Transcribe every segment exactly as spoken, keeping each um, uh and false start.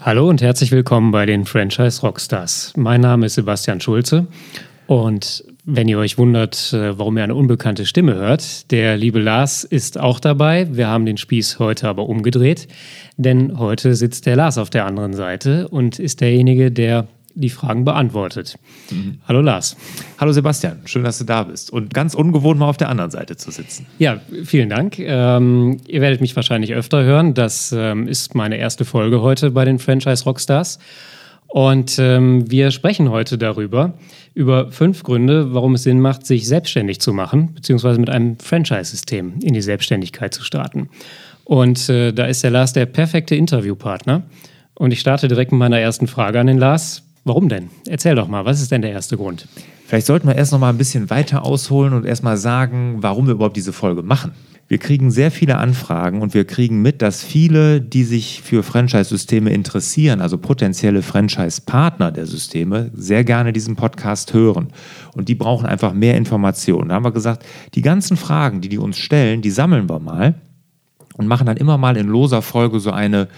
Hallo und herzlich willkommen bei den Franchise Rockstars. Mein Name ist Sebastian Schulze und wenn ihr euch wundert, warum ihr eine unbekannte Stimme hört, der liebe Lars ist auch dabei. Wir haben den Spieß heute aber umgedreht, denn heute sitzt der Lars auf der anderen Seite und ist derjenige, der die Fragen beantwortet. Mhm. Hallo Lars. Hallo Sebastian, schön, dass du da bist und ganz ungewohnt mal auf der anderen Seite zu sitzen. Ja, vielen Dank. Ähm, ihr werdet mich wahrscheinlich öfter hören. Das ähm, ist meine erste Folge heute bei den Franchise Rockstars. Und ähm, wir sprechen heute darüber, über fünf Gründe, warum es Sinn macht, sich selbstständig zu machen, beziehungsweise mit einem Franchise-System in die Selbstständigkeit zu starten. Und äh, da ist der Lars der perfekte Interviewpartner. Und ich starte direkt mit meiner ersten Frage an den Lars. Warum denn? Erzähl doch mal, was ist denn der erste Grund? Vielleicht sollten wir erst noch mal ein bisschen weiter ausholen und erst mal sagen, warum wir überhaupt diese Folge machen. Wir kriegen sehr viele Anfragen und wir kriegen mit, dass viele, die sich für Franchise-Systeme interessieren, also potenzielle Franchise-Partner der Systeme, sehr gerne diesen Podcast hören. Und die brauchen einfach mehr Informationen. Da haben wir gesagt, die ganzen Fragen, die die uns stellen, die sammeln wir mal und machen dann immer mal in loser Folge so eine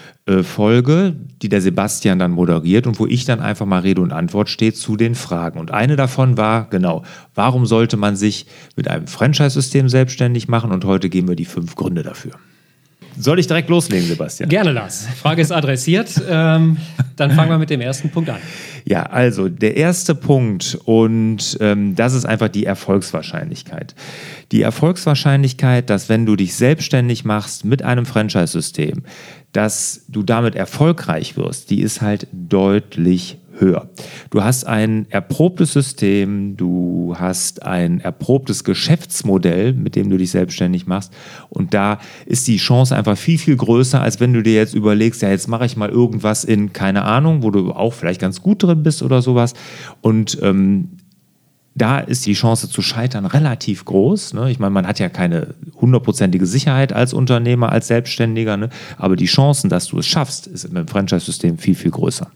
Folge, die der Sebastian dann moderiert und wo ich dann einfach mal Rede und Antwort stehe zu den Fragen. Und eine davon war, genau, warum sollte man sich mit einem Franchise-System selbstständig machen? Und heute geben wir die fünf Gründe dafür. Soll ich direkt loslegen, Sebastian? Gerne, Lars. Frage ist adressiert. ähm, dann fangen wir mit dem ersten Punkt an. Ja, also der erste Punkt und ähm, das ist einfach die Erfolgswahrscheinlichkeit. Die Erfolgswahrscheinlichkeit, dass wenn du dich selbstständig machst mit einem Franchise-System, dass du damit erfolgreich wirst, die ist halt deutlich höher. Du hast ein erprobtes System, du hast ein erprobtes Geschäftsmodell, mit dem du dich selbstständig machst und da ist die Chance einfach viel, viel größer, als wenn du dir jetzt überlegst, ja jetzt mache ich mal irgendwas in, keine Ahnung, wo du auch vielleicht ganz gut drin bist oder sowas und ähm, da ist die Chance zu scheitern relativ groß. Ne? Ich meine, man hat ja keine hundertprozentige Sicherheit als Unternehmer, als Selbstständiger, ne? Aber die Chancen, dass du es schaffst, ist mit dem Franchise-System viel, viel größer.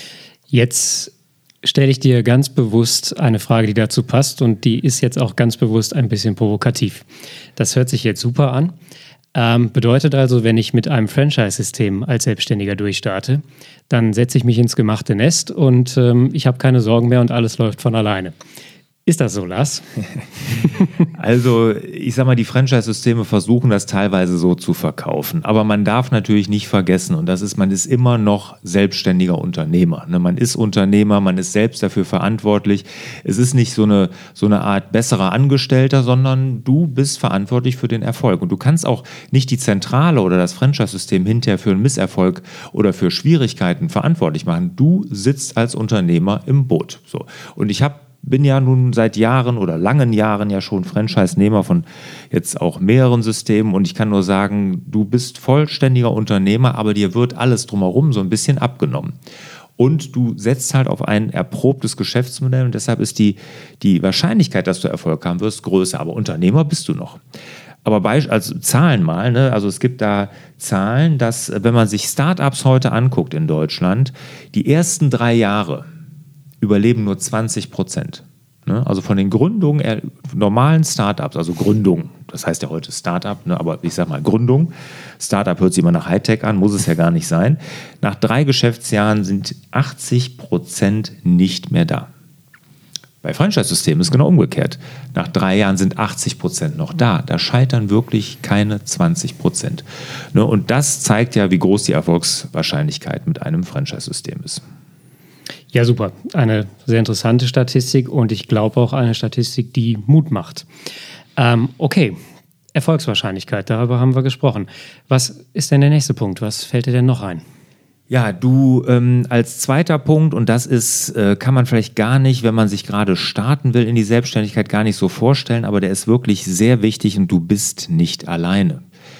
Jetzt stelle ich dir ganz bewusst eine Frage, die dazu passt und die ist jetzt auch ganz bewusst ein bisschen provokativ. Das hört sich jetzt super an. Ähm, bedeutet also, wenn ich mit einem Franchise-System als Selbstständiger durchstarte, dann setze ich mich ins gemachte Nest und ähm, ich habe keine Sorgen mehr und alles läuft von alleine. Ist das so, Lars? Also, ich sag mal, die Franchise-Systeme versuchen das teilweise so zu verkaufen. Aber man darf natürlich nicht vergessen, und das ist, man ist immer noch selbstständiger Unternehmer. Ne? Man ist Unternehmer, man ist selbst dafür verantwortlich. Es ist nicht so eine, so eine Art besserer Angestellter, sondern du bist verantwortlich für den Erfolg. Und du kannst auch nicht die Zentrale oder das Franchise-System hinterher für einen Misserfolg oder für Schwierigkeiten verantwortlich machen. Du sitzt als Unternehmer im Boot. So. Und ich habe bin ja nun seit Jahren oder langen Jahren ja schon Franchise-Nehmer von jetzt auch mehreren Systemen und ich kann nur sagen, du bist vollständiger Unternehmer, aber dir wird alles drumherum so ein bisschen abgenommen. Und du setzt halt auf ein erprobtes Geschäftsmodell und deshalb ist die, die Wahrscheinlichkeit, dass du Erfolg haben wirst, größer. Aber Unternehmer bist du noch. Aber bei, also Zahlen mal, ne? Also es gibt da Zahlen, dass wenn man sich Startups heute anguckt in Deutschland, die ersten drei Jahre überleben nur zwanzig Prozent. Ne? Also von den Gründungen, äh, normalen Startups, also Gründung, das heißt ja heute Startup, ne? Aber ich sag mal Gründung, Startup hört sich immer nach Hightech an, muss es ja gar nicht sein. Nach drei Geschäftsjahren sind achtzig Prozent nicht mehr da. Bei Franchise-Systemen ist genau umgekehrt. Nach drei Jahren sind achtzig Prozent noch da. Da scheitern wirklich keine zwanzig Prozent. Ne? Und das zeigt ja, wie groß die Erfolgswahrscheinlichkeit mit einem Franchise-System ist. Ja, super. Eine sehr interessante Statistik und ich glaube auch eine Statistik, die Mut macht. Ähm, okay, Erfolgswahrscheinlichkeit, darüber haben wir gesprochen. Was ist denn der nächste Punkt? Was fällt dir denn noch ein? Ja, du ähm, als zweiter Punkt, und das ist, äh, kann man vielleicht gar nicht, wenn man sich gerade starten will, in die Selbstständigkeit gar nicht so vorstellen, aber der ist wirklich sehr wichtig und du bist nicht alleine.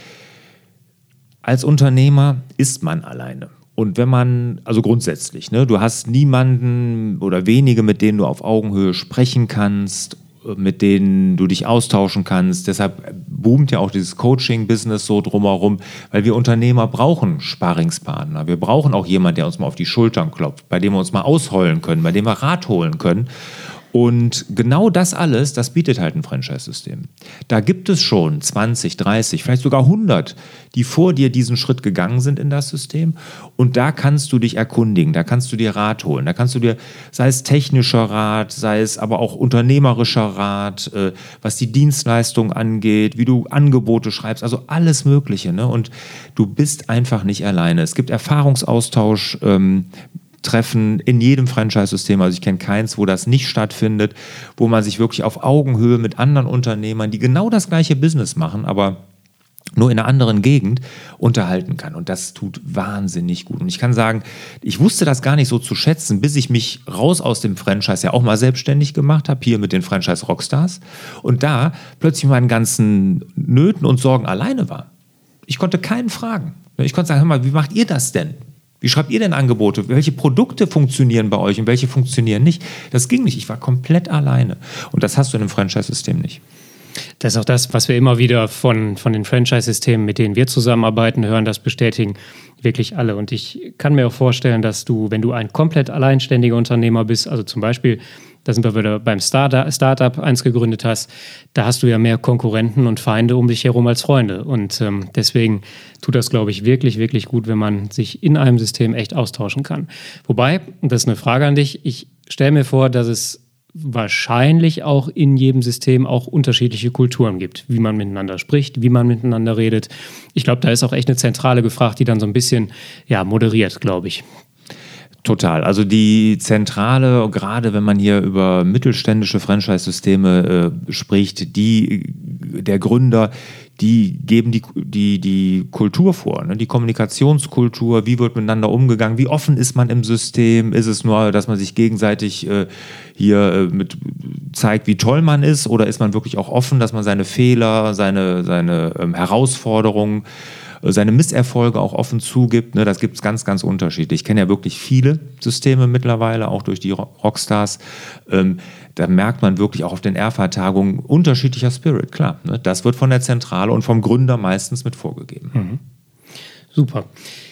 Als Unternehmer ist man alleine. Und wenn man, also grundsätzlich, ne, du hast niemanden oder wenige, mit denen du auf Augenhöhe sprechen kannst, mit denen du dich austauschen kannst. Deshalb boomt ja auch dieses Coaching-Business so drumherum, weil wir Unternehmer brauchen Sparringspartner. Wir brauchen auch jemanden, der uns mal auf die Schultern klopft, bei dem wir uns mal ausheulen können, bei dem wir Rat holen können. Und genau das alles, das bietet halt ein Franchise-System. Da gibt es schon zwanzig, dreißig, vielleicht sogar hundert, die vor dir diesen Schritt gegangen sind in das System. Und da kannst du dich erkundigen, da kannst du dir Rat holen, da kannst du dir, sei es technischer Rat, sei es aber auch unternehmerischer Rat, äh, was die Dienstleistung angeht, wie du Angebote schreibst, also alles Mögliche. Ne? Und du bist einfach nicht alleine. Es gibt Erfahrungsaustausch, ähm, Treffen in jedem Franchise-System, also ich kenne keins, wo das nicht stattfindet, wo man sich wirklich auf Augenhöhe mit anderen Unternehmern, die genau das gleiche Business machen, aber nur in einer anderen Gegend, unterhalten kann. Und das tut wahnsinnig gut. Und ich kann sagen, ich wusste das gar nicht so zu schätzen, bis ich mich raus aus dem Franchise ja auch mal selbstständig gemacht habe, hier mit den Franchise Rockstars. Und da plötzlich mit meinen ganzen Nöten und Sorgen alleine war. Ich konnte keinen fragen. Ich konnte sagen, hör mal, wie macht ihr das denn? Wie schreibt ihr denn Angebote? Welche Produkte funktionieren bei euch und welche funktionieren nicht? Das ging nicht. Ich war komplett alleine. Und das hast du in einem Franchise-System nicht. Das ist auch das, was wir immer wieder von, von den Franchise-Systemen, mit denen wir zusammenarbeiten, hören, das bestätigen wirklich alle. Und ich kann mir auch vorstellen, dass du, wenn du ein komplett alleinständiger Unternehmer bist, also zum Beispiel, da sind wir wieder beim Start- Startup eins gegründet hast, da hast du ja mehr Konkurrenten und Feinde um dich herum als Freunde. Und ähm, deswegen tut das, glaube ich, wirklich, wirklich gut, wenn man sich in einem System echt austauschen kann. Wobei, und das ist eine Frage an dich, ich stelle mir vor, dass es wahrscheinlich auch in jedem System auch unterschiedliche Kulturen gibt, wie man miteinander spricht, wie man miteinander redet. Ich glaube, da ist auch echt eine Zentrale gefragt, die dann so ein bisschen ja, moderiert, glaube ich. Total. Also die Zentrale, gerade wenn man hier über mittelständische Franchise-Systeme äh, spricht, die, der Gründer, die geben die, die, die Kultur vor, ne? Die Kommunikationskultur, wie wird miteinander umgegangen, wie offen ist man im System, ist es nur, dass man sich gegenseitig äh, hier äh, mit zeigt, wie toll man ist, oder ist man wirklich auch offen, dass man seine Fehler, seine, seine ähm, Herausforderungen, seine Misserfolge auch offen zugibt. Ne, das gibt es ganz, ganz unterschiedlich. Ich kenne ja wirklich viele Systeme mittlerweile, auch durch die Rockstars. Ähm, da merkt man wirklich auch auf den R F A-Tagungen unterschiedlicher Spirit, klar. Ne, das wird von der Zentrale und vom Gründer meistens mit vorgegeben. Mhm. Super.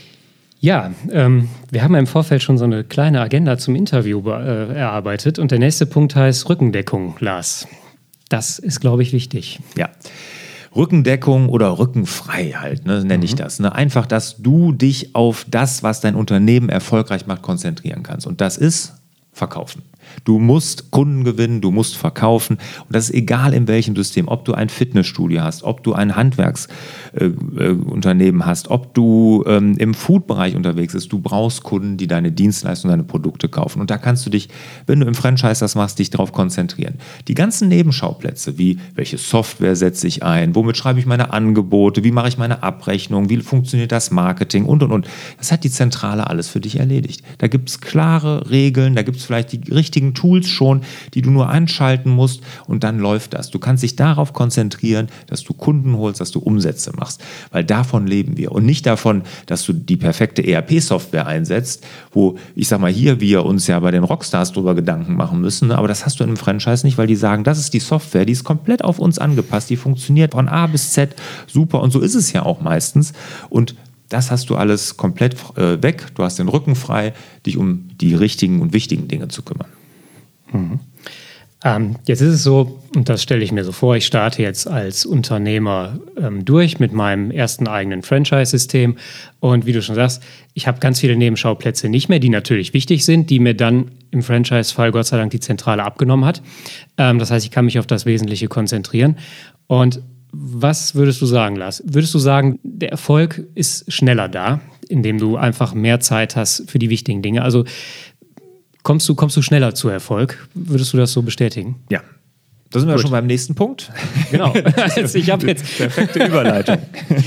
Ja, ähm, wir haben ja im Vorfeld schon so eine kleine Agenda zum Interview äh, erarbeitet. Und der nächste Punkt heißt Rückendeckung, Lars. Das ist, glaube ich, wichtig. Ja. Rückendeckung oder Rückenfrei halt, ne, nenne mhm. ich das. Ne? Einfach, dass du dich auf das, was dein Unternehmen erfolgreich macht, konzentrieren kannst. Und das ist Verkaufen. Du musst Kunden gewinnen, du musst verkaufen. Und das ist egal in welchem System. Ob du ein Fitnessstudio hast, ob du ein Handwerksunternehmen äh, hast, ob du ähm, im Food-Bereich unterwegs bist. Du brauchst Kunden, die deine Dienstleistungen, deine Produkte kaufen. Und da kannst du dich, wenn du im Franchise das machst, dich darauf konzentrieren. Die ganzen Nebenschauplätze, wie welche Software setze ich ein, womit schreibe ich meine Angebote, wie mache ich meine Abrechnung, wie funktioniert das Marketing und, und, und. Das hat die Zentrale alles für dich erledigt. Da gibt es klare Regeln, da gibt es vielleicht die richtigen Tools schon, die du nur einschalten musst, und dann läuft das. Du kannst dich darauf konzentrieren, dass du Kunden holst, dass du Umsätze machst, weil davon leben wir und nicht davon, dass du die perfekte E R P-Software einsetzt, wo, ich sag mal, hier wir uns ja bei den Rockstars drüber Gedanken machen müssen, aber das hast du in einem Franchise nicht, weil die sagen, das ist die Software, die ist komplett auf uns angepasst, die funktioniert von A bis Z super, und so ist es ja auch meistens, und das hast du alles komplett äh, weg, du hast den Rücken frei, dich um die richtigen und wichtigen Dinge zu kümmern. Mhm. Ähm, jetzt ist es so, und das stelle ich mir so vor, ich starte jetzt als Unternehmer ähm, durch mit meinem ersten eigenen Franchise-System, und wie du schon sagst, ich habe ganz viele Nebenschauplätze nicht mehr, die natürlich wichtig sind, die mir dann im Franchise-Fall Gott sei Dank die Zentrale abgenommen hat. Ähm, das heißt, ich kann mich auf das Wesentliche konzentrieren. Und was würdest du sagen, Lars? Würdest du sagen, der Erfolg ist schneller da, indem du einfach mehr Zeit hast für die wichtigen Dinge? Also Kommst du, kommst du schneller zu Erfolg? Würdest du das so bestätigen? Ja. Da sind wir Gut. schon beim nächsten Punkt. Genau. Ich habe jetzt perfekte Überleitung.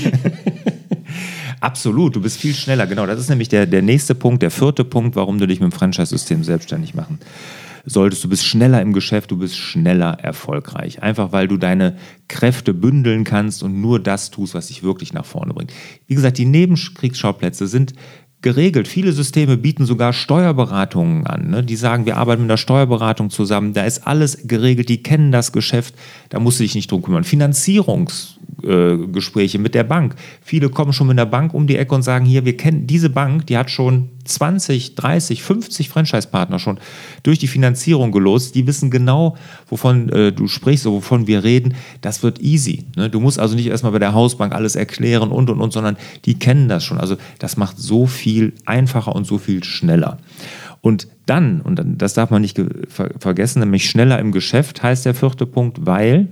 Absolut, du bist viel schneller. Genau, das ist nämlich der, der nächste Punkt, der vierte Punkt, warum du dich mit dem Franchise-System selbstständig machen solltest. Du bist schneller im Geschäft, du bist schneller erfolgreich. Einfach, weil du deine Kräfte bündeln kannst und nur das tust, was dich wirklich nach vorne bringt. Wie gesagt, die Nebenkriegsschauplätze sind geregelt. Viele Systeme bieten sogar Steuerberatungen an. Ne? Die sagen, wir arbeiten mit einer Steuerberatung zusammen. Da ist alles geregelt. Die kennen das Geschäft. Da musst du dich nicht drum kümmern. Finanzierungsgeschichten Verkaufsgespräche äh, mit der Bank. Viele kommen schon mit der Bank um die Ecke und sagen, hier, wir kennen diese Bank, die hat schon zwanzig, dreißig, fünfzig Franchise-Partner schon durch die Finanzierung gelost. Die wissen genau, wovon äh, du sprichst, so wovon wir reden. Das wird easy. Ne? Du musst also nicht erstmal bei der Hausbank alles erklären und, und, und, sondern die kennen das schon. Also das macht so viel einfacher und so viel schneller. Und dann, und das darf man nicht ge- ver- vergessen, nämlich schneller im Geschäft heißt der vierte Punkt, weil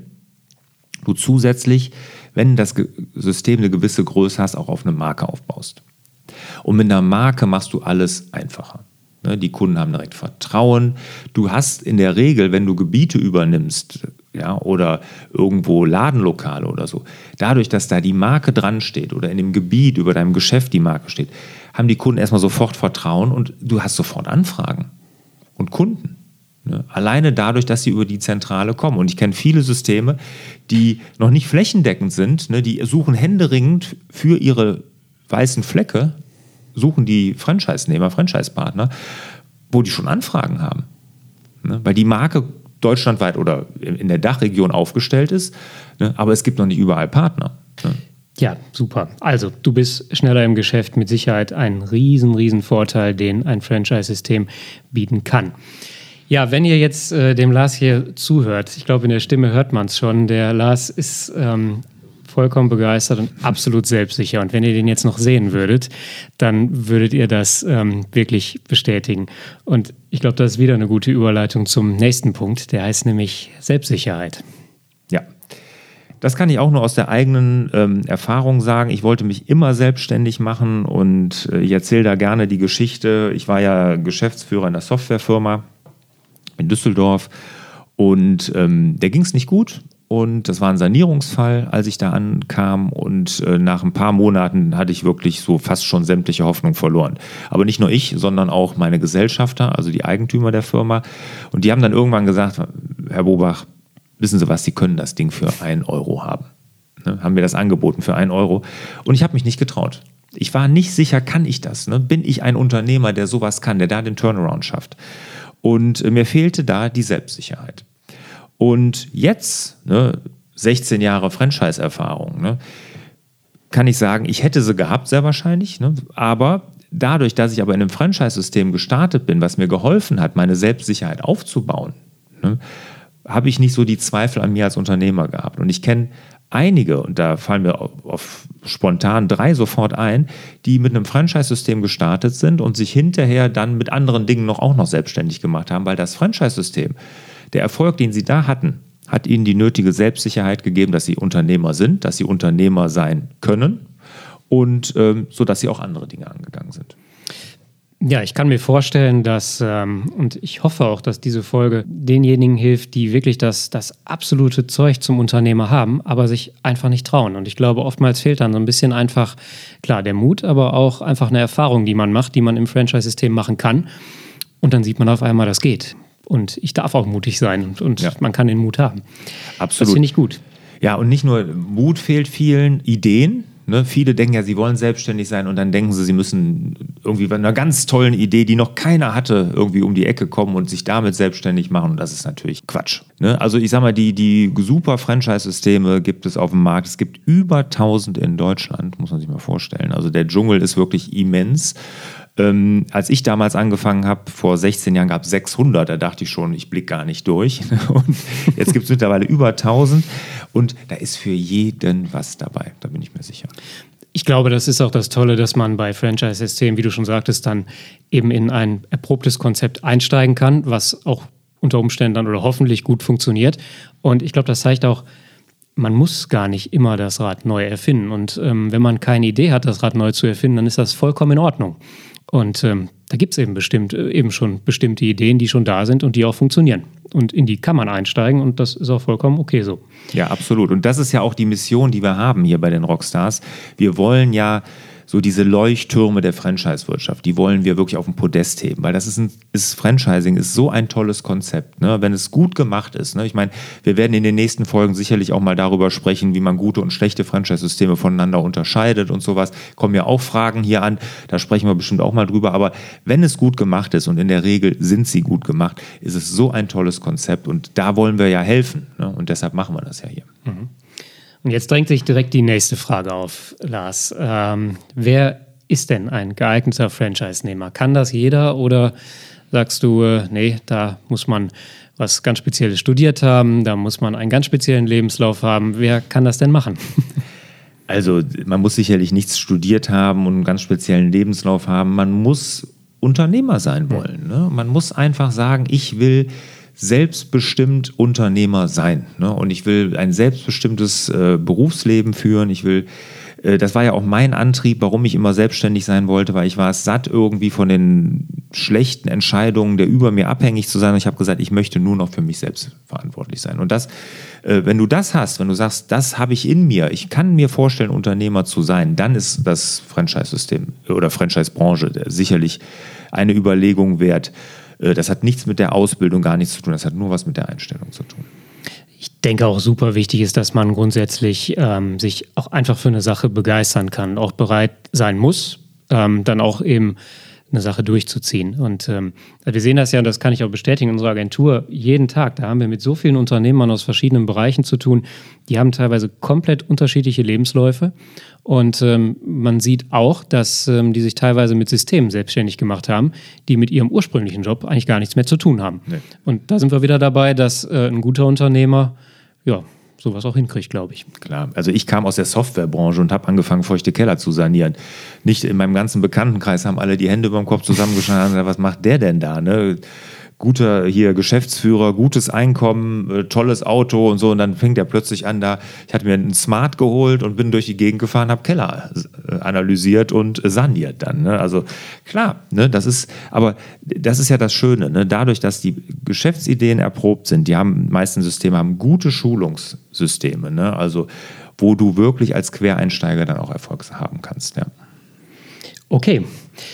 du zusätzlich, wenn das Ge- System eine gewisse Größe hast, auch auf eine Marke aufbaust. Und mit einer Marke machst du alles einfacher. Ne, die Kunden haben direkt Vertrauen. Du hast in der Regel, wenn du Gebiete übernimmst, ja, oder irgendwo Ladenlokale oder so, dadurch, dass da die Marke dran steht oder in dem Gebiet über deinem Geschäft die Marke steht, haben die Kunden erstmal sofort Vertrauen und du hast sofort Anfragen und Kunden. Ne? Alleine dadurch, dass sie über die Zentrale kommen. Und ich kenne viele Systeme, die noch nicht flächendeckend sind, ne? Die suchen händeringend für ihre weißen Flecke, suchen die Franchise-Nehmer, Franchise-Partner, wo die schon Anfragen haben. Ne? Weil die Marke deutschlandweit oder in der Dachregion aufgestellt ist, ne? Aber es gibt noch nicht überall Partner. Ne? Ja, super. Also, du bist schneller im Geschäft, mit Sicherheit ein riesen, riesen Vorteil, den ein Franchise-System bieten kann. Ja, wenn ihr jetzt äh, dem Lars hier zuhört, ich glaube, in der Stimme hört man es schon, der Lars ist ähm, vollkommen begeistert und absolut selbstsicher. Und wenn ihr den jetzt noch sehen würdet, dann würdet ihr das ähm, wirklich bestätigen. Und ich glaube, das ist wieder eine gute Überleitung zum nächsten Punkt, der heißt nämlich Selbstsicherheit. Ja. Das kann ich auch nur aus der eigenen ähm, Erfahrung sagen. Ich wollte mich immer selbstständig machen und äh, ich erzähle da gerne die Geschichte. Ich war ja Geschäftsführer in einer Softwarefirma in Düsseldorf und ähm, der ging es nicht gut und das war ein Sanierungsfall, als ich da ankam und äh, nach ein paar Monaten hatte ich wirklich so fast schon sämtliche Hoffnung verloren. Aber nicht nur ich, sondern auch meine Gesellschafter, also die Eigentümer der Firma, und die haben dann irgendwann gesagt, Herr Bobach, wissen Sie was, Sie können das Ding für einen Euro haben. Ne, haben mir das angeboten für einen Euro. Und ich habe mich nicht getraut. Ich war nicht sicher, kann ich das? Ne? Bin ich ein Unternehmer, der sowas kann, der da den Turnaround schafft? Und äh, mir fehlte da die Selbstsicherheit. Und jetzt, ne, sechzehn Jahre Franchise-Erfahrung, ne, kann ich sagen, ich hätte sie gehabt, sehr wahrscheinlich. Ne? Aber dadurch, dass ich aber in einem Franchise-System gestartet bin, was mir geholfen hat, meine Selbstsicherheit aufzubauen, ne, habe ich nicht so die Zweifel an mir als Unternehmer gehabt. Und ich kenne einige, und da fallen mir auf, auf spontan drei sofort ein, die mit einem Franchise-System gestartet sind und sich hinterher dann mit anderen Dingen noch auch noch selbstständig gemacht haben, weil das Franchise-System, der Erfolg, den sie da hatten, hat ihnen die nötige Selbstsicherheit gegeben, dass sie Unternehmer sind, dass sie Unternehmer sein können und ähm, so, dass sie auch andere Dinge angegangen sind. Ja, ich kann mir vorstellen, dass, ähm, und ich hoffe auch, dass diese Folge denjenigen hilft, die wirklich das, das absolute Zeug zum Unternehmer haben, aber sich einfach nicht trauen. Und ich glaube, oftmals fehlt dann so ein bisschen einfach, klar, der Mut, aber auch einfach eine Erfahrung, die man macht, die man im Franchise-System machen kann. Und dann sieht man auf einmal, das geht. Und ich darf auch mutig sein und, und ja. man kann den Mut haben. Absolut. Das finde ich gut. Ja, und nicht nur Mut fehlt vielen, Ideen. Ne, viele denken ja, sie wollen selbstständig sein und dann denken sie, sie müssen irgendwie bei einer ganz tollen Idee, die noch keiner hatte, irgendwie um die Ecke kommen und sich damit selbstständig machen. Und das ist natürlich Quatsch. Ne? Also ich sag mal, die, die super Franchise-Systeme gibt es auf dem Markt. Es gibt über tausend in Deutschland, muss man sich mal vorstellen. Also der Dschungel ist wirklich immens. Ähm, als ich damals angefangen habe, vor sechzehn Jahren gab es sechshundert, da dachte ich schon, ich blicke gar nicht durch. Und jetzt gibt es mittlerweile über tausend und da ist für jeden was dabei, da bin ich mir sicher. Ich glaube, das ist auch das Tolle, dass man bei Franchise-Systemen, wie du schon sagtest, dann eben in ein erprobtes Konzept einsteigen kann, was auch unter Umständen dann oder hoffentlich gut funktioniert. Und ich glaube, das zeigt auch, man muss gar nicht immer das Rad neu erfinden. Und ähm, wenn man keine Idee hat, das Rad neu zu erfinden, dann ist das vollkommen in Ordnung. Und ähm, da gibt es eben bestimmt äh, eben schon bestimmte Ideen, die schon da sind und die auch funktionieren. Und in die kann man einsteigen und das ist auch vollkommen okay so. Ja, absolut. Und das ist ja auch die Mission, die wir haben hier bei den Rockstars. Wir wollen ja so diese Leuchttürme der Franchise-Wirtschaft, die wollen wir wirklich auf den Podest heben, weil das ist, ein, ist Franchising ist so ein tolles Konzept, ne? Wenn es gut gemacht ist. Ne? Ich meine, wir werden in den nächsten Folgen sicherlich auch mal darüber sprechen, wie man gute und schlechte Franchise-Systeme voneinander unterscheidet und sowas. Kommen ja auch Fragen hier an, da sprechen wir bestimmt auch mal drüber, aber wenn es gut gemacht ist und in der Regel sind sie gut gemacht, ist es so ein tolles Konzept und da wollen wir ja helfen, ne? Und deshalb machen wir das ja hier. Mhm. Und jetzt drängt sich direkt die nächste Frage auf, Lars. Ähm, wer ist denn ein geeigneter Franchise-Nehmer? Kann das jeder oder sagst du, äh, nee, da muss man was ganz Spezielles studiert haben, da muss man einen ganz speziellen Lebenslauf haben. Wer kann das denn machen? Also man muss sicherlich nichts studiert haben und einen ganz speziellen Lebenslauf haben. Man muss Unternehmer sein wollen. Ne? Man muss einfach sagen, ich will selbstbestimmt Unternehmer sein. Ne? Und ich will ein selbstbestimmtes äh, Berufsleben führen. Ich will, äh, das war ja auch mein Antrieb, warum ich immer selbstständig sein wollte, weil ich war es satt, irgendwie von den schlechten Entscheidungen der über mir abhängig zu sein. Und ich habe gesagt, ich möchte nur noch für mich selbst verantwortlich sein. Und das, äh, wenn du das hast, wenn du sagst, das habe ich in mir, ich kann mir vorstellen, Unternehmer zu sein, dann ist das Franchise-System oder Franchise-Branche sicherlich eine Überlegung wert. Das hat nichts mit der Ausbildung, gar nichts zu tun. Das hat nur was mit der Einstellung zu tun. Ich denke auch super wichtig ist, dass man grundsätzlich ähm, sich auch einfach für eine Sache begeistern kann, auch bereit sein muss, ähm, dann auch eben eine Sache durchzuziehen. Und ähm, wir sehen das ja, und das kann ich auch bestätigen in unserer Agentur, jeden Tag. Da haben wir mit so vielen Unternehmern aus verschiedenen Bereichen zu tun. Die haben teilweise komplett unterschiedliche Lebensläufe. Und ähm, man sieht auch, dass ähm, die sich teilweise mit Systemen selbstständig gemacht haben, die mit ihrem ursprünglichen Job eigentlich gar nichts mehr zu tun haben. Nee. Und da sind wir wieder dabei, dass äh, ein guter Unternehmer, ja, sowas auch hinkriegt, glaube ich. Klar, also ich kam aus der Softwarebranche und habe angefangen, feuchte Keller zu sanieren. Nicht in meinem ganzen Bekanntenkreis haben alle die Hände über dem Kopf zusammengeschlagen und gesagt, was macht der denn da? Ne? Guter hier Geschäftsführer, gutes Einkommen, äh, tolles Auto und so. Und dann fängt er plötzlich an da, ich hatte mir einen Smart geholt und bin durch die Gegend gefahren, habe Keller äh, analysiert und äh, saniert dann. Ne? Also klar, ne, das ist, aber das ist ja das Schöne, ne? Dadurch, dass die Geschäftsideen erprobt sind, die haben, die meisten Systeme haben gute Schulungssysteme, ne? Also wo du wirklich als Quereinsteiger dann auch Erfolg haben kannst. Ja. Okay.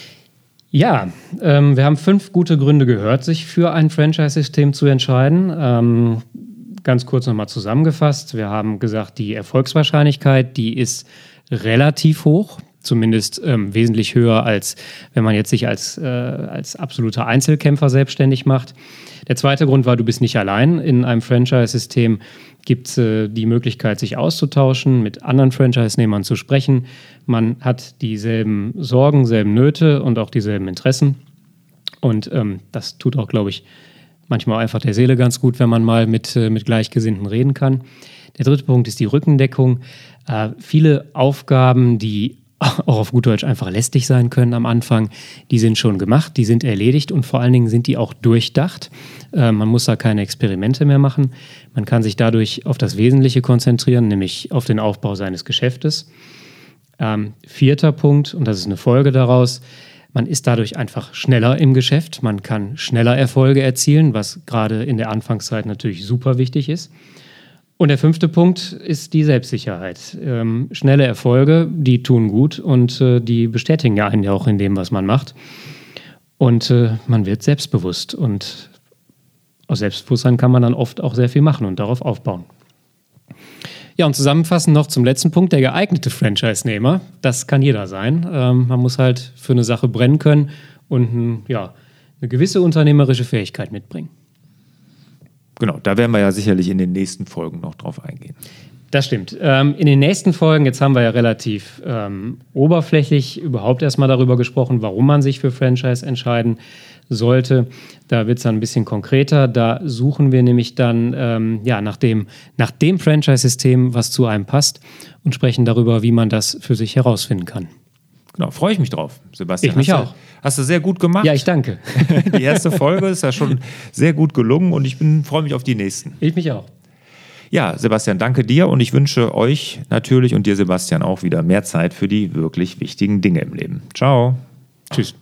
Ja, ähm, wir haben fünf gute Gründe gehört, sich für ein Franchise-System zu entscheiden. Ähm, ganz kurz nochmal zusammengefasst. Wir haben gesagt, die Erfolgswahrscheinlichkeit, die ist relativ hoch, zumindest ähm, wesentlich höher, als wenn man jetzt sich als, äh, als absoluter Einzelkämpfer selbstständig macht. Der zweite Grund war, du bist nicht allein. In einem Franchise-System gibt es äh, die Möglichkeit, sich auszutauschen, mit anderen Franchise-Nehmern zu sprechen. Man hat dieselben Sorgen, selben Nöte und auch dieselben Interessen. Und ähm, das tut auch, glaube ich, manchmal einfach der Seele ganz gut, wenn man mal mit, äh, mit Gleichgesinnten reden kann. Der dritte Punkt ist die Rückendeckung. Äh, viele Aufgaben, die auch auf gut Deutsch einfach lästig sein können am Anfang, die sind schon gemacht, die sind erledigt und vor allen Dingen sind die auch durchdacht. Äh, man muss da keine Experimente mehr machen. Man kann sich dadurch auf das Wesentliche konzentrieren, nämlich auf den Aufbau seines Geschäftes. Ähm, vierter Punkt, und das ist eine Folge daraus, man ist dadurch einfach schneller im Geschäft, man kann schneller Erfolge erzielen, was gerade in der Anfangszeit natürlich super wichtig ist. Und der fünfte Punkt ist die Selbstsicherheit. Ähm, schnelle Erfolge, die tun gut und äh, die bestätigen ja einen ja auch in dem, was man macht. Und äh, man wird selbstbewusst. Und aus Selbstbewusstsein kann man dann oft auch sehr viel machen und darauf aufbauen. Ja, und zusammenfassend noch zum letzten Punkt, der geeignete Franchise-Nehmer. Das kann jeder sein. Ähm, man muss halt für eine Sache brennen können und ein, ja, eine gewisse unternehmerische Fähigkeit mitbringen. Genau, da werden wir ja sicherlich in den nächsten Folgen noch drauf eingehen. Das stimmt. Ähm, in den nächsten Folgen, jetzt haben wir ja relativ ähm, oberflächlich überhaupt erstmal darüber gesprochen, warum man sich für Franchise entscheiden sollte. Da wird es dann ein bisschen konkreter. Da suchen wir nämlich dann ähm, ja, nach dem, nach dem Franchise-System, was zu einem passt und sprechen darüber, wie man das für sich herausfinden kann. Genau, freue ich mich drauf, Sebastian. Ich mich hast auch. Du, hast du sehr gut gemacht. Ja, ich danke. Die erste Folge ist ja schon sehr gut gelungen und ich bin, freue mich auf die nächsten. Ich mich auch. Ja, Sebastian, danke dir und ich wünsche euch natürlich und dir, Sebastian, auch wieder mehr Zeit für die wirklich wichtigen Dinge im Leben. Ciao. Tschüss.